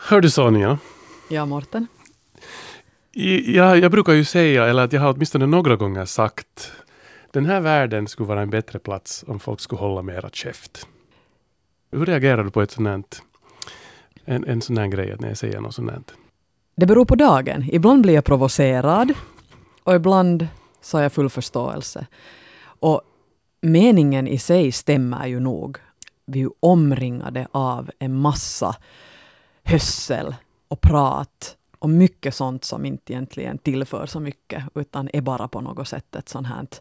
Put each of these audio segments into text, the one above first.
Hör du Sonja? Ja, Morten. Jag brukar ju säga, eller att jag har åtminstone några gånger sagt, den här världen skulle vara en bättre plats om folk skulle hålla mera käft. Hur reagerar du på ett sådant, en sån här grej när jag säger något sådant? Det beror på dagen. Ibland blir jag provocerad och ibland så har jag full förståelse. Och meningen i sig stämmer ju nog. Vi är ju omringade av en massa hössel och prat och mycket sånt som inte egentligen tillför så mycket utan är bara på något sätt ett sånt här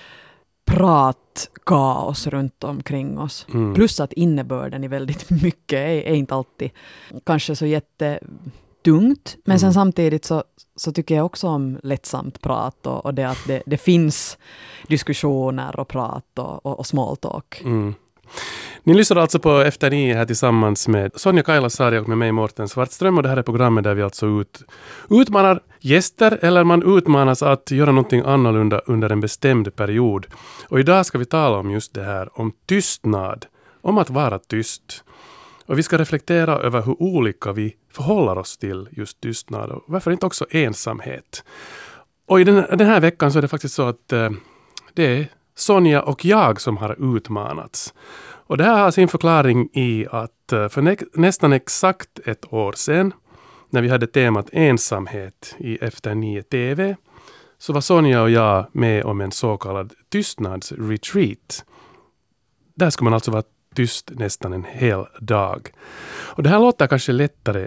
pratkaos runt omkring oss. Plus att innebörden i väldigt mycket är inte alltid kanske så jättetungt. Men sen samtidigt så tycker jag också om lättsamt prat och det att det finns diskussioner och prat och small talk. Ni lyssnar alltså på Efter 9 här tillsammans med Sonja Kailasari och med mig Morten Svartström, och det här är programmet där vi alltså utmanar gäster eller man utmanas att göra någonting annorlunda under en bestämd period. Och idag ska vi tala om just det här, om tystnad, om att vara tyst. Och vi ska reflektera över hur olika vi förhåller oss till just tystnad och varför inte också ensamhet. Och i den här veckan så är det faktiskt så att det är Sonja och jag som har utmanats. Och det här har sin förklaring i att för nästan exakt ett år sedan, när vi hade temat ensamhet i Efter 9 TV, så var Sonja och jag med om en så kallad tystnadsretreat. Där ska man alltså vara tyst nästan en hel dag. Och det här låter kanske lättare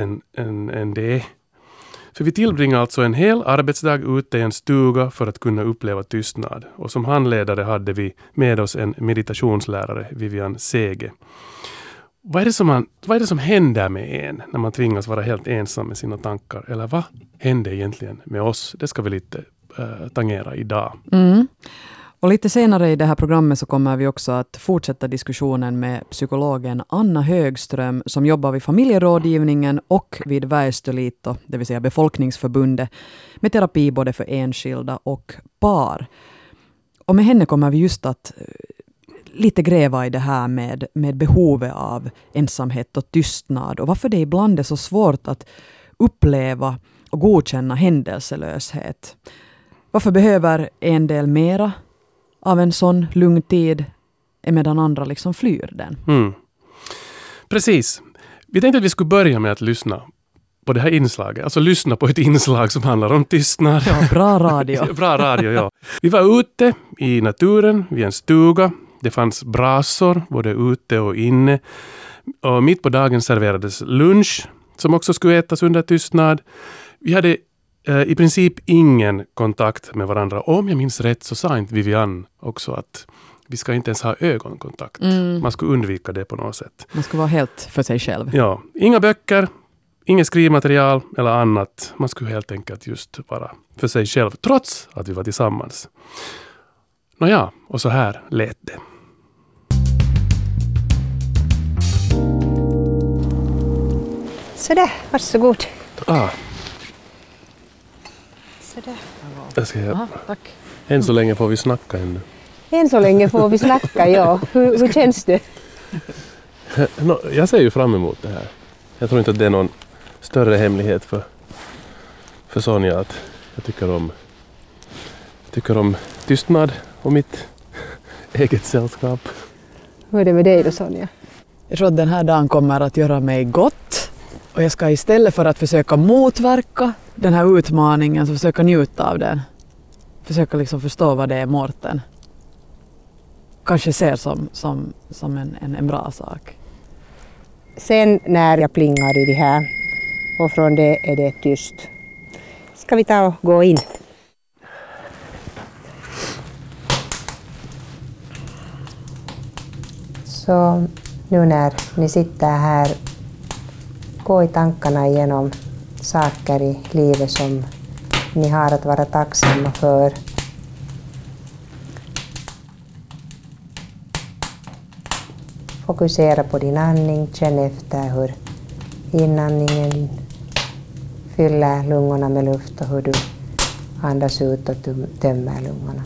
än det är. För vi tillbringar alltså en hel arbetsdag ute i en stuga för att kunna uppleva tystnad. Och som handledare hade vi med oss en meditationslärare, Vivian Sege. Vad är det som händer med en när man tvingas vara helt ensam med sina tankar? Eller vad händer egentligen med oss? Det ska vi lite tangera idag. Och lite senare i det här programmet så kommer vi också att fortsätta diskussionen med psykologen Anna Högström som jobbar vid familjerådgivningen och vid Väestöliitto, det vill säga befolkningsförbundet, med terapi både för enskilda och par. Och med henne kommer vi just att lite gräva i det här med behovet av ensamhet och tystnad och varför det ibland är så svårt att uppleva och godkänna händelselöshet. Varför behöver en del mera av en sån lugn tid medan andra liksom flyr den? Precis. Vi tänkte att vi skulle börja med att lyssna på det här inslaget. Alltså lyssna på ett inslag som handlar om tystnad. Ja, bra radio. Bra radio, ja. Vi var ute i naturen, vid en stuga. Det fanns brasor både ute och inne. Och mitt på dagen serverades lunch som också skulle ätas under tystnad. Vi hade i princip ingen kontakt med varandra. Om jag minns rätt så sa inte Vivian också att vi ska inte ens ha ögonkontakt. Man ska undvika det på något sätt. Man ska vara helt för sig själv. Ja, inga böcker, inget skrivmaterial eller annat. Man skulle helt enkelt just vara för sig själv trots att vi var tillsammans. Nåja, och så här lät det. Så där, varsågod. Aha, tack. Än så länge får vi snacka ännu. Än så länge får vi snacka, ja. Hur känns det? Jag ser ju fram emot det här. Jag tror inte att det är någon större hemlighet för Sonja att jag tycker om tystnad och mitt eget sällskap. Hur är det med dig då, Sonja? Jag tror att den här dagen kommer att göra mig gott. Och jag ska istället för att försöka motverka den här utmaningen så försöka njuta av den. Försöka liksom förstå vad det är Morten kanske ser som en bra sak. Sen när jag plingar i det här och från det är det tyst. Ska vi ta och gå in? Så nu när ni sitter här, gå i tankarna igenom saker i livet som ni har att vara tacksamma för. Fokusera på din andning, känn efter hur inandningen fyller lungorna med luft och hur du andas ut och tömmer lungorna.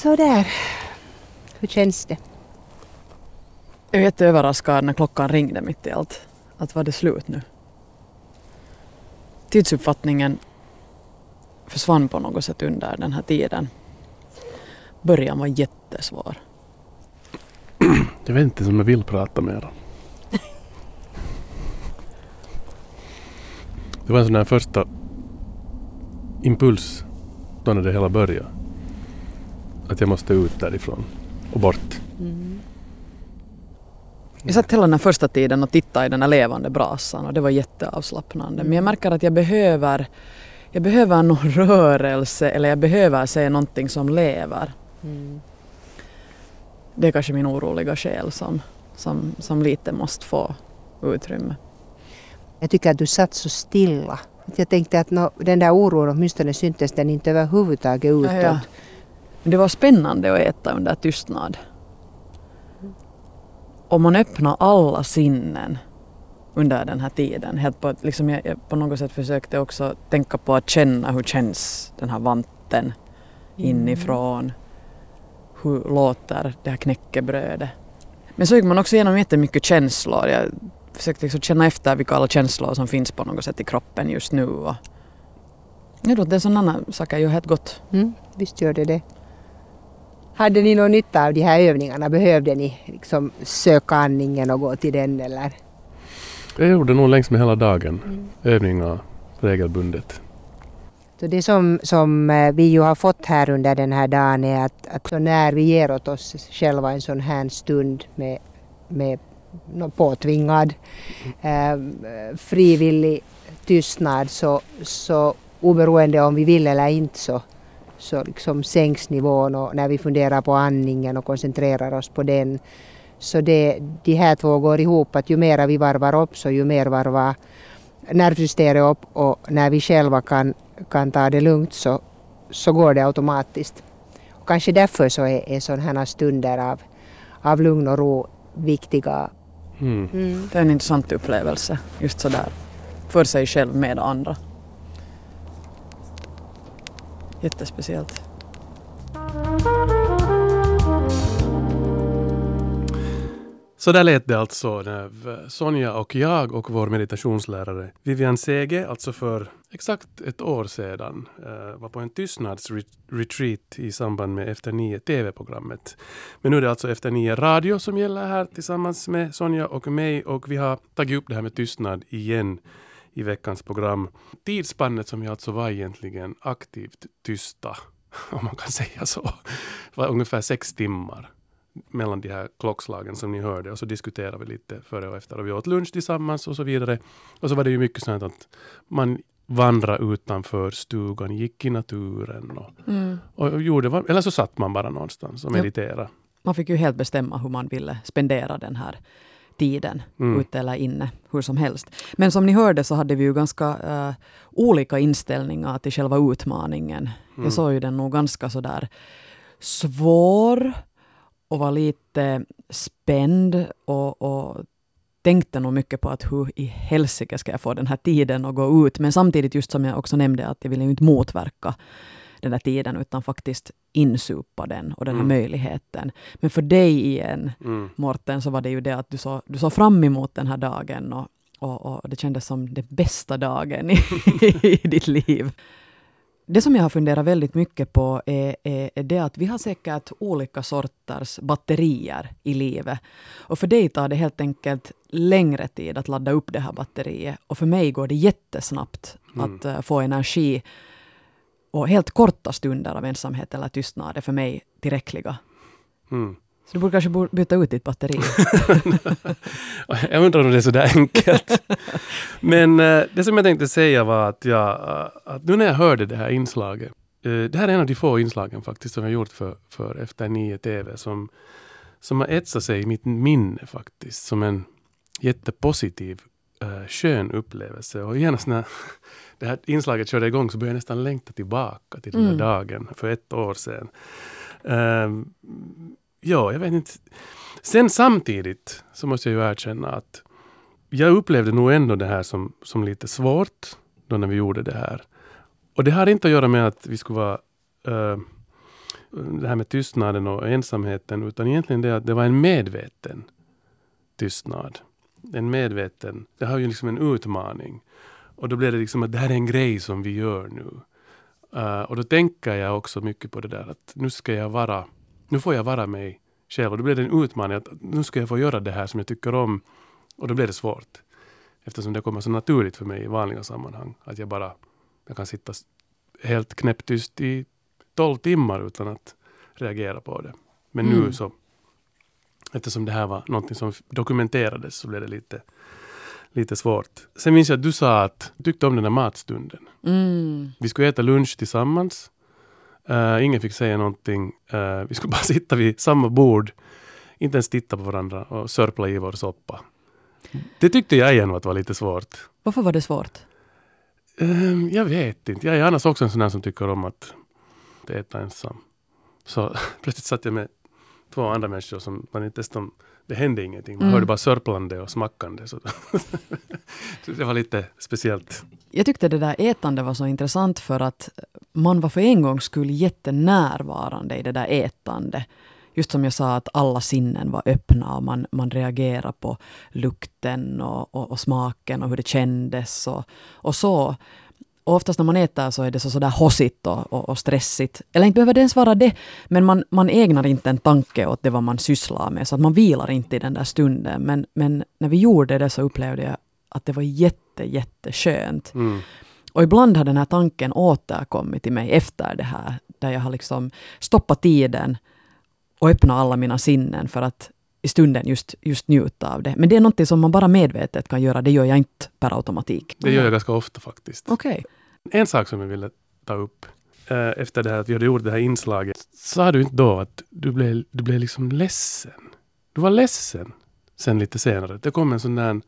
Så där. Hur känns det? Jag är jätteöverraskad när klockan ringde mitt i allt. Att var det slut nu? Tidsuppfattningen försvann på något sätt under den här tiden. Början var jättesvår. Jag vet inte om jag vill prata mer. Det var en sån där första impuls då när det hela började. Att jag måste ut därifrån och bort. Jag satt hela den här första tiden och tittade i den här levande brasan och det var jätteavslappnande. Men jag märker att jag behöver någon rörelse eller jag behöver se någonting som lever. Det är kanske min oroliga själ som lite måste få utrymme. Jag tycker att du satt så stilla. Jag tänkte att den där oron åtminstone syntes den inte överhuvudtaget utåt. Ja. Det var spännande att äta under tystnad. Och man öppnar alla sinnen under den här tiden. Helt på, liksom jag på något sätt försökte också tänka på att känna hur känns den här vanten inifrån. Hur låter det här knäckebrödet. Men så gick man också igenom jättemycket känslor. Jag försökte liksom känna efter vilka alla känslor som finns på något sätt i kroppen just nu. Och jag tror att det är sådana saker ju helt gott. Visst gör det. Hade ni någon nytta av de här övningarna? Behövde ni liksom söka andningen och gå till den eller? Jag gjorde nog längs med hela dagen. Övningar regelbundet. Så det som vi ju har fått här under den här dagen är att så när vi ger åt oss själva en sån här stund med påtvingad frivillig tystnad så oberoende om vi vill eller inte så liksom sänks nivån och när vi funderar på andningen och koncentrerar oss på den. Så de här två går ihop att ju mer vi varvar upp så ju mer varvar nervsystemet upp och när vi själva kan ta det lugnt så går det automatiskt. Och kanske därför så är sådana här stunder av lugn och ro viktiga. Det är en intressant upplevelse just sådär för sig själv med andra. Jättespeciellt. Så där lät det alltså när Sonja och jag och vår meditationslärare Vivian Sege, alltså för exakt ett år sedan, var på en tystnadsretreat i samband med Efter 9 TV-programmet. Men nu är det alltså Efter 9 radio som gäller här tillsammans med Sonja och mig och vi har tagit upp det här med tystnad igen i veckans program. Tidsspannet som vi alltså var egentligen aktivt tysta, om man kan säga så, var ungefär 6 timmar mellan de här klockslagen som ni hörde och så diskuterade vi lite före och efter och vi åt lunch tillsammans och så vidare. Och så var det ju mycket sånt att man vandrade utanför stugan, gick i naturen och gjorde, eller så satt man bara någonstans och mediterade. Man fick ju helt bestämma hur man ville spendera den här tiden, ute eller inne, hur som helst. Men som ni hörde så hade vi ju ganska olika inställningar till själva utmaningen. Jag såg ju den nog ganska sådär svår och var lite spänd och tänkte nog mycket på att hur i helsike ska jag få den här tiden att gå ut. Men samtidigt just som jag också nämnde att jag ville ju inte motverka den här tiden utan faktiskt insupa den och den här möjligheten. Men för dig igen, Morten, så var det ju det att du såg fram emot den här dagen och det kändes som den bästa dagen i ditt liv. Det som jag har funderat väldigt mycket på är det att vi har säkert olika sorters batterier i livet. Och för dig tar det helt enkelt längre tid att ladda upp det här batteriet. Och för mig går det jättesnabbt att få energi. Och helt korta stunder av ensamhet eller tystnad är för mig tillräckliga. Så du borde kanske byta ut ditt batteri. Jag undrar om det är så där enkelt. Men det som jag tänkte säga var att nu när jag hörde det här inslaget. Det här är en av de få inslagen faktiskt som jag gjort för Efter 9 TV. Som har etsat sig i mitt minne faktiskt. Som en jättepositiv, skön upplevelse. Och genast när det här inslaget körde igång så började jag nästan längta tillbaka till den här dagen för 1 år sedan. Ja, jag vet inte. Sen samtidigt så måste jag ju erkänna att jag upplevde nog ändå det här som lite svårt då när vi gjorde det här. Och det har inte att göra med att vi skulle vara det här med tystnaden och ensamheten, utan egentligen det att det var en medveten tystnad. Det har ju liksom en utmaning. Och då blir det liksom att det här är en grej som vi gör nu. Och då tänker jag också mycket på det där att nu får jag vara mig själv. Och då blir det en utmaning att nu ska jag få göra det här som jag tycker om. Och då blir det svårt. Eftersom det kommer så naturligt för mig i vanliga sammanhang. Att jag kan sitta helt knäpptyst i 12 timmar utan att reagera på det. Men nu så, eftersom det här var någonting som dokumenterades, så blev det lite svårt. Sen minns jag att du sa att du tyckte om den där matstunden. Vi skulle äta lunch tillsammans. Ingen fick säga någonting. Vi skulle bara sitta vid samma bord. Inte ens titta på varandra och sörpla i vår soppa. Det tyckte jag igen att var lite svårt. Varför var det svårt? Jag vet inte. Jag är annars också en sån här som tycker om att äta ensam. Så plötsligt satt jag med 2 andra människor som man inte ens det hände ingenting. Man hörde bara sörplande och smackande. Så det var lite speciellt. Jag tyckte det där ätande var så intressant för att man var för en gång skulle jättenärvarande i det där ätande. Just som jag sa att alla sinnen var öppna och man reagerar på lukten och smaken och hur det kändes och så. Och oftast när man äter så är det så där hossigt och stressigt. Eller inte behöver det ens vara det, men man ägnar inte en tanke åt det vad man sysslar med. Så att man vilar inte i den där stunden. Men när vi gjorde det så upplevde jag att det var jätteskönt. Och ibland har den här tanken återkommit till mig efter det här. Där jag har liksom stoppat tiden och öppnat alla mina sinnen för att i stunden just njuta av det. Men det är något som man bara medvetet kan göra. Det gör jag inte per automatik. Det gör jag ganska ofta faktiskt. Okej. En sak som jag ville ta upp efter det här att vi hade gjort det här inslaget. Sa du inte då att du blev liksom ledsen? Du var ledsen sen lite senare. Det kom en sån där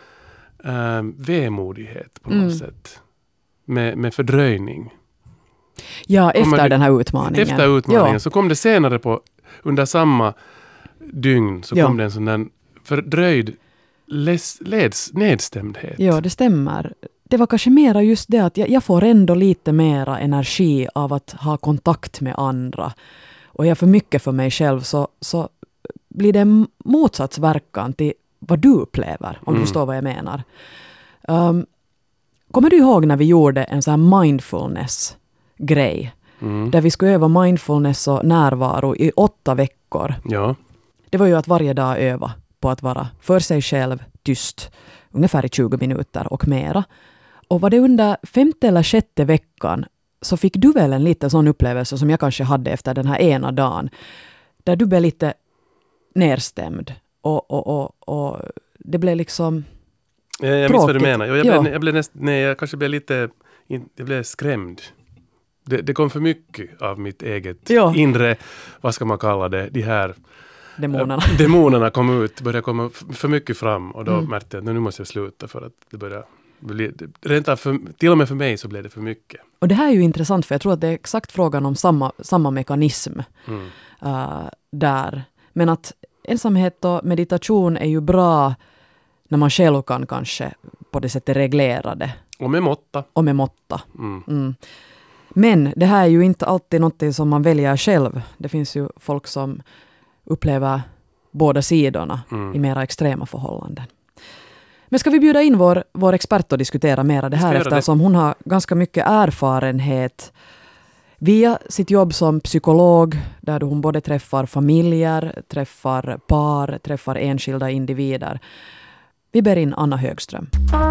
vemodighet på något sätt. Med fördröjning. Ja, efter den här utmaningen. Efter utmaningen så kom det senare under samma dygn så kom det en sån där fördröjd nedstämdhet. Ja, det stämmer. Det var kanske mera just det att jag får ändå lite mera energi av att ha kontakt med andra. Och är jag för mycket för mig själv så blir det en motsatsverkan till vad du upplever, om du förstår vad jag menar. Kommer du ihåg när vi gjorde en sån här mindfulness-grej? Där vi skulle öva mindfulness och närvaro i 8 veckor. Ja. Det var ju att varje dag öva på att vara för sig själv tyst. Ungefär i 20 minuter och mera. Och var det under 5:e eller 6:e veckan så fick du väl en lite sån upplevelse som jag kanske hade efter den här ena dagen. Där du blev lite nerstämd. Och det blev liksom jag minns vad du menar. Jag blev skrämd. Det kom för mycket av mitt eget inre, vad ska man kalla det, de här demonerna började komma för mycket fram och då märkte jag att nu måste jag sluta för att det började till och med för mig så blev det för mycket. Och det här är ju intressant för jag tror att det är exakt frågan om samma mekanism där. Men att ensamhet och meditation är ju bra när man själv kan kanske på det sättet reglera det. Och med måtta. Men det här är ju inte alltid något som man väljer själv. Det finns ju folk som upplever båda sidorna i mera extrema förhållanden. Men ska vi bjuda in vår expert och diskutera mera det här eftersom hon har ganska mycket erfarenhet via sitt jobb som psykolog där hon både träffar familjer, träffar par, träffar enskilda individer. Vi ber in Anna Högström.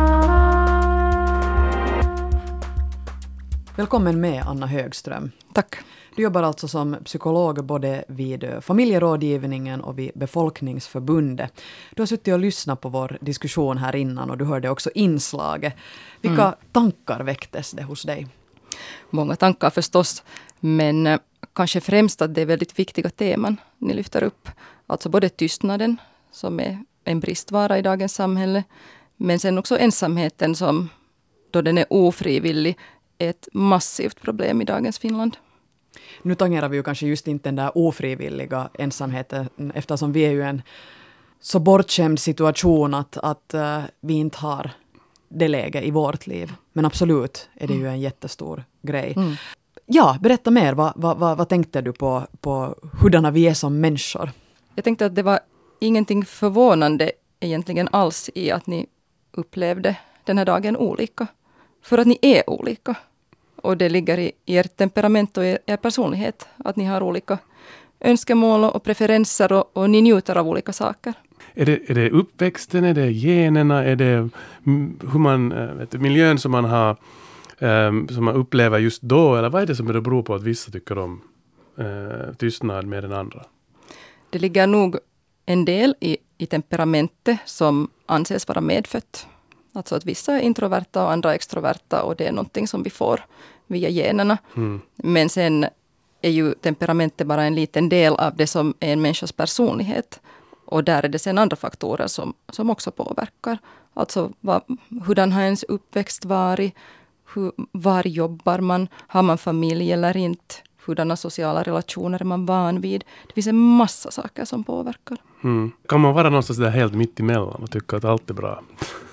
Välkommen med Anna Högström. Tack. Du jobbar alltså som psykolog både vid familjerådgivningen och vid Befolkningsförbundet. Du har suttit och lyssnat på vår diskussion här innan och du hörde också inslaget. Vilka tankar väcktes det hos dig? Många tankar förstås, men kanske främst att det är väldigt viktiga teman ni lyfter upp. Alltså både tystnaden som är en bristvara i dagens samhälle, men sen också ensamheten som då den är ofrivillig är ett massivt problem i dagens Finland. Nu tangerar vi ju kanske just inte den där ofrivilliga ensamheten eftersom vi är ju en så bortskämd situation att vi inte har det läge i vårt liv. Men absolut är det ju en jättestor grej. Ja, berätta mer. Vad tänkte du på hurdana vi är som människor? Jag tänkte att det var ingenting förvånande egentligen alls i att ni upplevde den här dagen olika. För att ni är olika. Och det ligger i ert temperament och er personlighet. Att ni har olika önskemål och preferenser och ni njuter av olika saker. Är det uppväxten, är det generna, är det hur man, miljön som man har, som man upplever just då? Eller vad är det som det beror på att vissa tycker om tystnad mer än andra? Det ligger nog en del i temperamentet som anses vara medfött. Alltså att vissa är introverta och andra extroverta och det är någonting som vi får via generna. Men sen är ju temperamentet bara en liten del av det som är en människas personlighet. Och där är det sen andra faktorer som också påverkar. Alltså hurdan har ens uppväxt varit? Var jobbar man? Har man familj eller inte? Hurdana sociala relationer är man van vid? Det finns en massa saker som påverkar. Kan man vara någonstans där helt mitt emellan och tycka att allt är bra?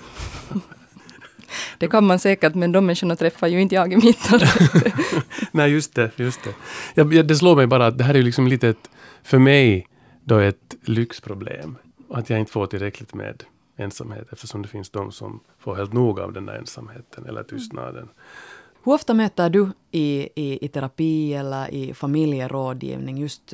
Det kan man säkert, men de människorna träffar ju inte jag i mitt arbete. Nej, just det. Det slår mig bara att det här är ju liksom lite för mig då ett lyxproblem. Att jag inte får tillräckligt med ensamhet eftersom det finns de som får helt nog av den där ensamheten eller tystnaden. Hur ofta möter du i terapi eller i familjerådgivning just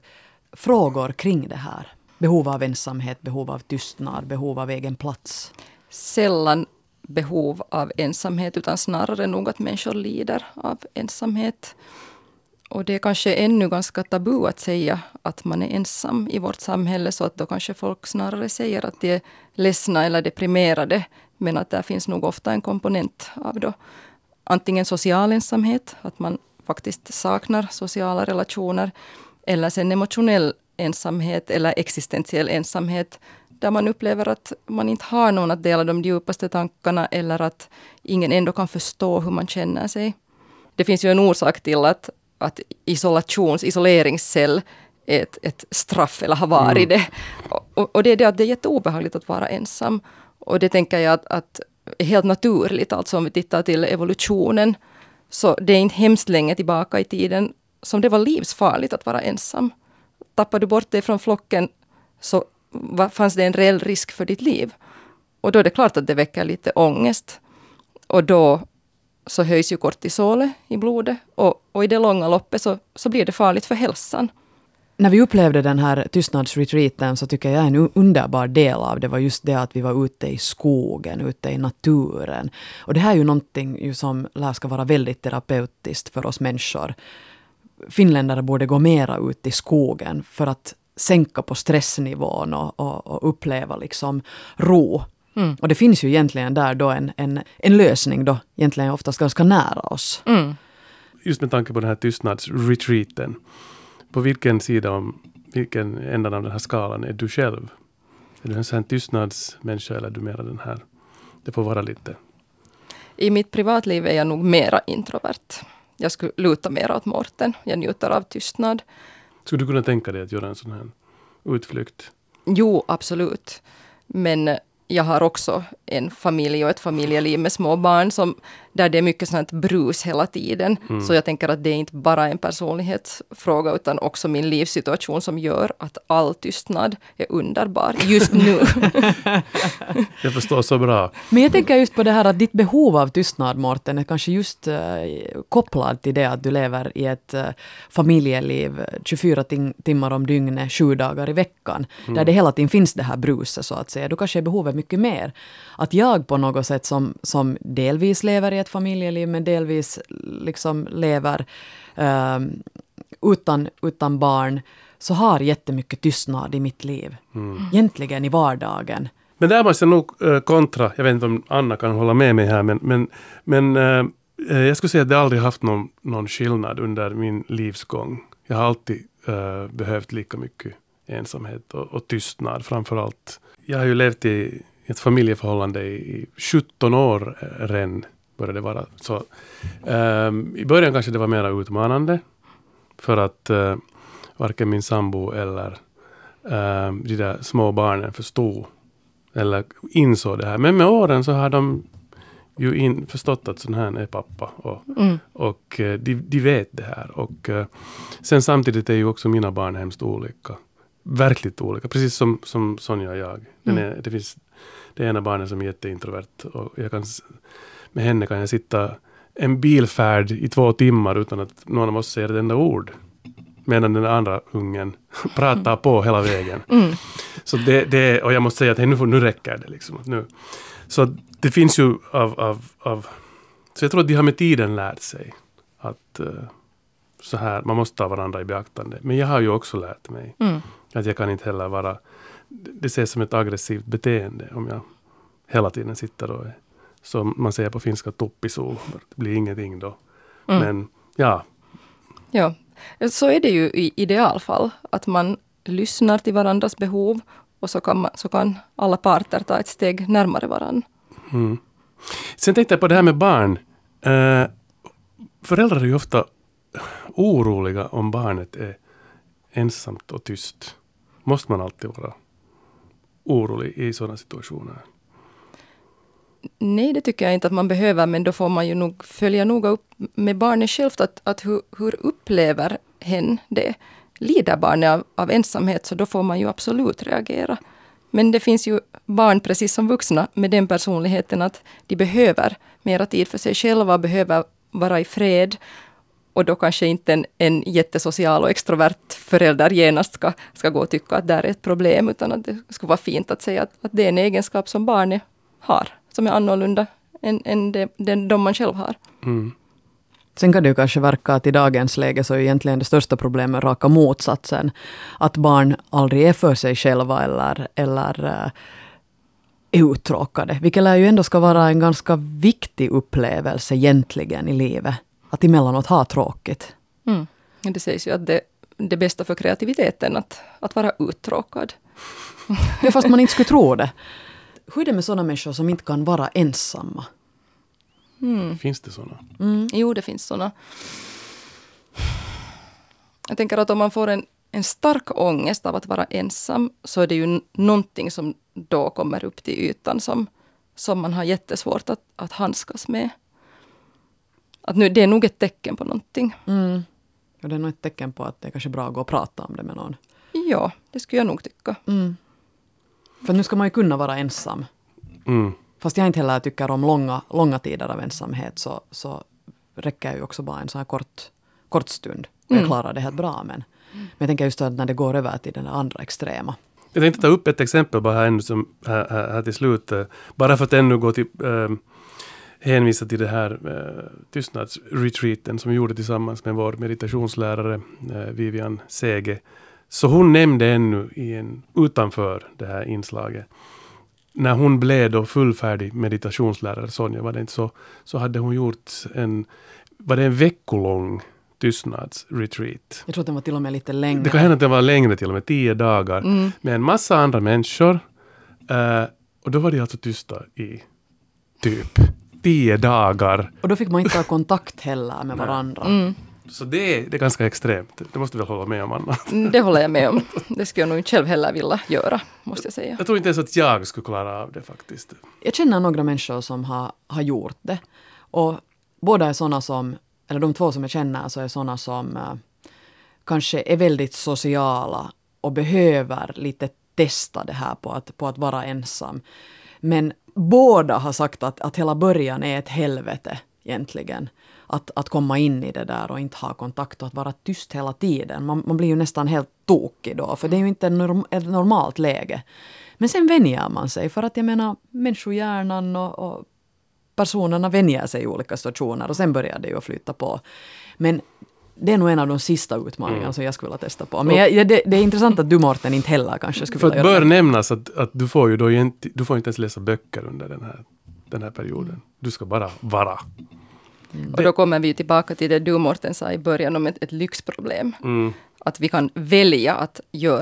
frågor kring det här? Behov av ensamhet, behov av tystnad, behov av egen plats? Sällan behov av ensamhet utan snarare nog att människor lider av ensamhet. Och det är kanske ännu ganska tabu att säga att man är ensam i vårt samhälle, så att då kanske folk snarare säger att de är ledsna eller deprimerade, men att där finns nog ofta en komponent av då antingen social ensamhet, att man faktiskt saknar sociala relationer, eller sen emotionell ensamhet eller existentiell ensamhet, där man upplever att man inte har någon att dela de djupaste tankarna eller att ingen ändå kan förstå hur man känner sig. Det finns ju en orsak till att isoleringscell är ett straff eller har varit det. Och det är det att det är jätteobehagligt att vara ensam. Och det tänker jag att är helt naturligt. Alltså om vi tittar till evolutionen, så det är inte hemskt länge tillbaka i tiden som det var livsfarligt att vara ensam. Tappar du bort dig från flocken så fanns det en reell risk för ditt liv. Och då är det klart att det väcker lite ångest. Och då så höjs ju kortisolet i blodet. Och i det långa loppet så blir det farligt för hälsan. När vi upplevde den här tystnadsretreaten så tycker jag en underbar del av det var just det att vi var ute i skogen, ute i naturen. Och det här är ju någonting ju som ska vara väldigt terapeutiskt för oss människor. Finländare borde gå mera ut i skogen för att sänka på stressnivån och uppleva liksom ro. Och det finns ju egentligen där då en lösning då egentligen oftast ganska nära oss. Just med tanke på den här tystnadsretreaten. På vilken ändan av den här skalan är du själv? Är du en sån här tystnadsmänniska eller är du mera den här? Det får vara lite. I mitt privatliv är jag nog mera introvert. Jag skulle luta mera åt Mårten. Jag njuter av tystnad. Skulle du kunna tänka dig att göra en sån här utflykt? Jo, absolut. Men jag har också en familj och ett familjeliv med små barn där det är mycket sånt brus hela tiden. Så jag tänker att det är inte bara en personlighetsfråga utan också min livssituation som gör att all tystnad är underbar just nu. Jag förstår så bra. Men jag tänker just på det här att ditt behov av tystnad, Mårten, är kanske just kopplad till det att du lever i ett familjeliv 24 timmar om dygnet, 7 dagar i veckan. Där det hela tiden finns det här bruset så att säga. Du kanske är behovet mycket mer. Att jag på något sätt som delvis lever i ett familjeliv men delvis liksom lever utan barn så har jättemycket tystnad i mitt liv. Egentligen i vardagen. Men där måste jag nog kontra, jag vet inte om Anna kan hålla med mig här, men jag skulle säga att det aldrig haft någon skillnad under min livsgång. Jag har alltid behövt lika mycket ensamhet och tystnad framförallt. Jag har ju levt i ett familjeförhållande i 17 år redan började det vara. Så, i början kanske det var mer utmanande för att varken min sambo eller de där små barnen förstod eller insåg det här. Men med åren så har de ju förstått att sån här är pappa och de vet det här och sen samtidigt är ju också mina barn hemskt olika. Verkligt olika, precis som Sonja och jag. Det finns det ena barnet som är jätteintrovert och med henne kan jag sitta en bilfärd i 2 timmar utan att någon av oss säger ett enda ord. Medan den andra ungen pratar på hela vägen. Så det och jag måste säga att nu räcker det liksom. Nu. Så det finns ju så jag tror att de har med tiden lärt sig att så här, man måste ta varandra i beaktande. Men jag har ju också lärt mig att jag kan inte heller vara, det ses som ett aggressivt beteende om jag hela tiden sitter och som man säger på finska tuppisol. Det blir ingenting då. Men ja. Ja, så är det ju i idealfall. Att man lyssnar till varandras behov och så kan alla parter ta ett steg närmare varandra. Sen tänkte jag på det här med barn. Föräldrar är ju ofta oroliga om barnet är ensamt och tyst. Måste man alltid vara orolig i sådana situationer? Nej, det tycker jag inte att man behöver, men då får man ju nog följa noga upp med barnet självt att hur upplever hen det? Lider barnet av ensamhet, så då får man ju absolut reagera. Men det finns ju barn, precis som vuxna, med den personligheten att de behöver mera tid för sig själva, behöver vara i fred. Och då kanske inte en jättesocial och extrovert förälder genast ska gå och tycka att det är ett problem, utan att det skulle vara fint att säga att det är en egenskap som barnet har, som är annorlunda än de man själv har. Sen kan det ju kanske verka att i dagens läge så är egentligen det största problemet raka motsatsen. Att barn aldrig är för sig själva eller är uttråkade. Vilket lär ju ändå ska vara en ganska viktig upplevelse egentligen i livet. Att emellanåt ha tråkigt. Det sägs ju att det bästa för kreativiteten att vara uttråkad. Ja, fast man inte skulle tro det. Hur är det med sådana människor som inte kan vara ensamma? Finns det sådana? Jo, det finns sådana. Jag tänker att om man får en stark ångest av att vara ensam, så är det ju någonting som då kommer upp till ytan som man har jättesvårt att handskas med. Att nu, det är nog ett tecken på någonting. Och det är nog ett tecken på att det är kanske bra att gå och prata om det med någon. Ja, det skulle jag nog tycka. För nu ska man ju kunna vara ensam. Fast jag inte heller tycker om långa tider av ensamhet, så räcker ju också bara en sån här kort stund. Och jag klarar det helt bra, men jag tänker just att när det går över till den andra extrema. Jag tänkte ta upp ett exempel bara här, som, här till slut. Bara för att ännu gå till hänvisa till det här tystnadsretreaten som vi gjorde tillsammans med vår meditationslärare Vivian Sege. Så hon nämnde ännu utanför det här inslaget. När hon blev då fullfärdig meditationslärare, Sonja, var det inte så hade hon gjort en veckolång tystnadsretreat. Jag tror att den var till och med lite längre. Det kan hända att den var längre, till och med 10 dagar. Med en massa andra människor. Och då var de alltså tysta i typ 10 dagar. Och då fick man inte ha kontakt heller med varandra. Så det är ganska extremt. Det måste vi väl hålla med om, Anna. Det håller jag med om. Det skulle jag nog inte själv heller vilja göra, måste jag säga. Jag tror inte ens att jag skulle klara av det faktiskt. Jag känner några människor som har gjort det. Och båda är sådana som, eller de 2 som jag känner, så är sådana som kanske är väldigt sociala och behöver lite testa det här på att vara ensam. Men båda har sagt att hela början är ett helvete egentligen. Att komma in i det där och inte ha kontakt och att vara tyst hela tiden. Man blir ju nästan helt tokig då, för det är ju inte ett normalt läge. Men sen vänjer man sig, för att jag menar, människohjärnan och personerna vänjer sig i olika situationer och sen börjar det ju att flytta på. Men det är nog en av de sista utmaningarna som jag skulle vilja testa på. Men det är intressant att du, Mårten, inte heller kanske skulle vilja göra det. För att bör nämnas att du får ju då du får inte ens läsa böcker under den här perioden. Du ska bara vara. Och då kommer vi tillbaka till det du, Mårten, sa i början om ett lyxproblem. Att vi kan välja att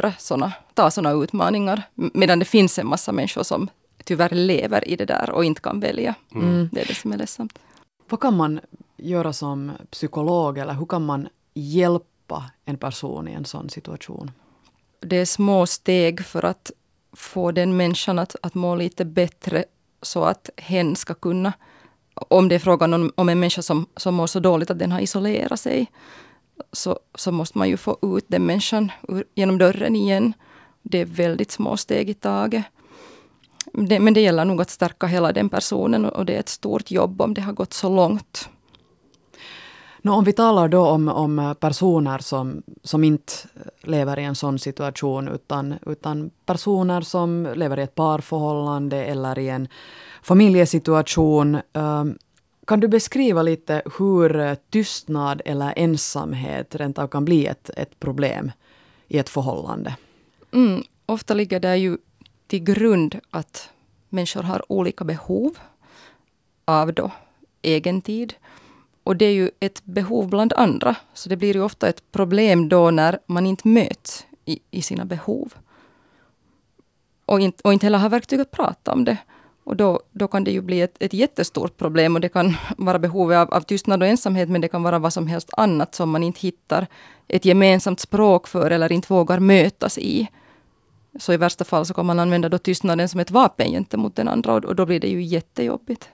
ta såna utmaningar. Medan det finns en massa människor som tyvärr lever i det där och inte kan välja. Det är det som är ledsamt. Vad kan man göra som psykolog, eller hur kan man hjälpa en person i en sån situation? Det är små steg för att få den människan att må lite bättre, så att hen ska kunna om det är frågan om en människa som mår så dåligt att den har isolerat sig, så måste man ju få ut den människan genom dörren igen. Det är väldigt små steg i taget. Men det gäller nog att stärka hela den personen, och det är ett stort jobb om det har gått så långt. Om vi talar då om personer som inte lever i en sån situation, utan personer som lever i ett parförhållande eller i en familjesituation. Kan du beskriva lite hur tystnad eller ensamhet rent av kan bli ett problem i ett förhållande? Ofta ligger det ju till grund att människor har olika behov av då egen tid. Och det är ju ett behov bland andra. Så det blir ju ofta ett problem då när man inte möts i sina behov. Och inte heller har verktyg att prata om det. Och då kan det ju bli ett jättestort problem. Och det kan vara behov av tystnad och ensamhet. Men det kan vara vad som helst annat som man inte hittar ett gemensamt språk för. Eller inte vågar mötas i. Så i värsta fall så kan man använda då tystnaden som ett vapen gentemot den andra. Och då blir det ju jättejobbigt.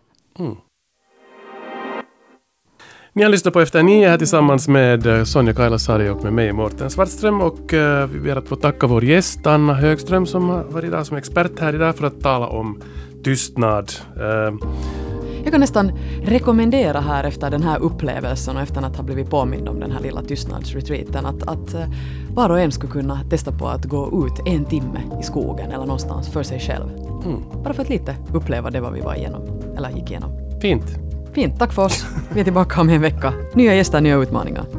Ni har lyssnat på Efter 9 här tillsammans med Sonja Kailasari och med mig Mårten Svartström, och vi ber att få tacka vår gäst Anna Högström som har varit idag som expert här idag för att tala om tystnad. Jag kan nästan rekommendera här efter den här upplevelsen och efter att ha blivit påmind om den här lilla tystnadsretreaten att var och en skulle kunna testa på att gå ut 1 timme i skogen eller någonstans för sig själv. Bara för att lite uppleva det vad vi var igenom eller gick igenom. Fint. Fint, tack för oss. Vi är tillbaka om en vecka. Nya gäster, nya utmaningar.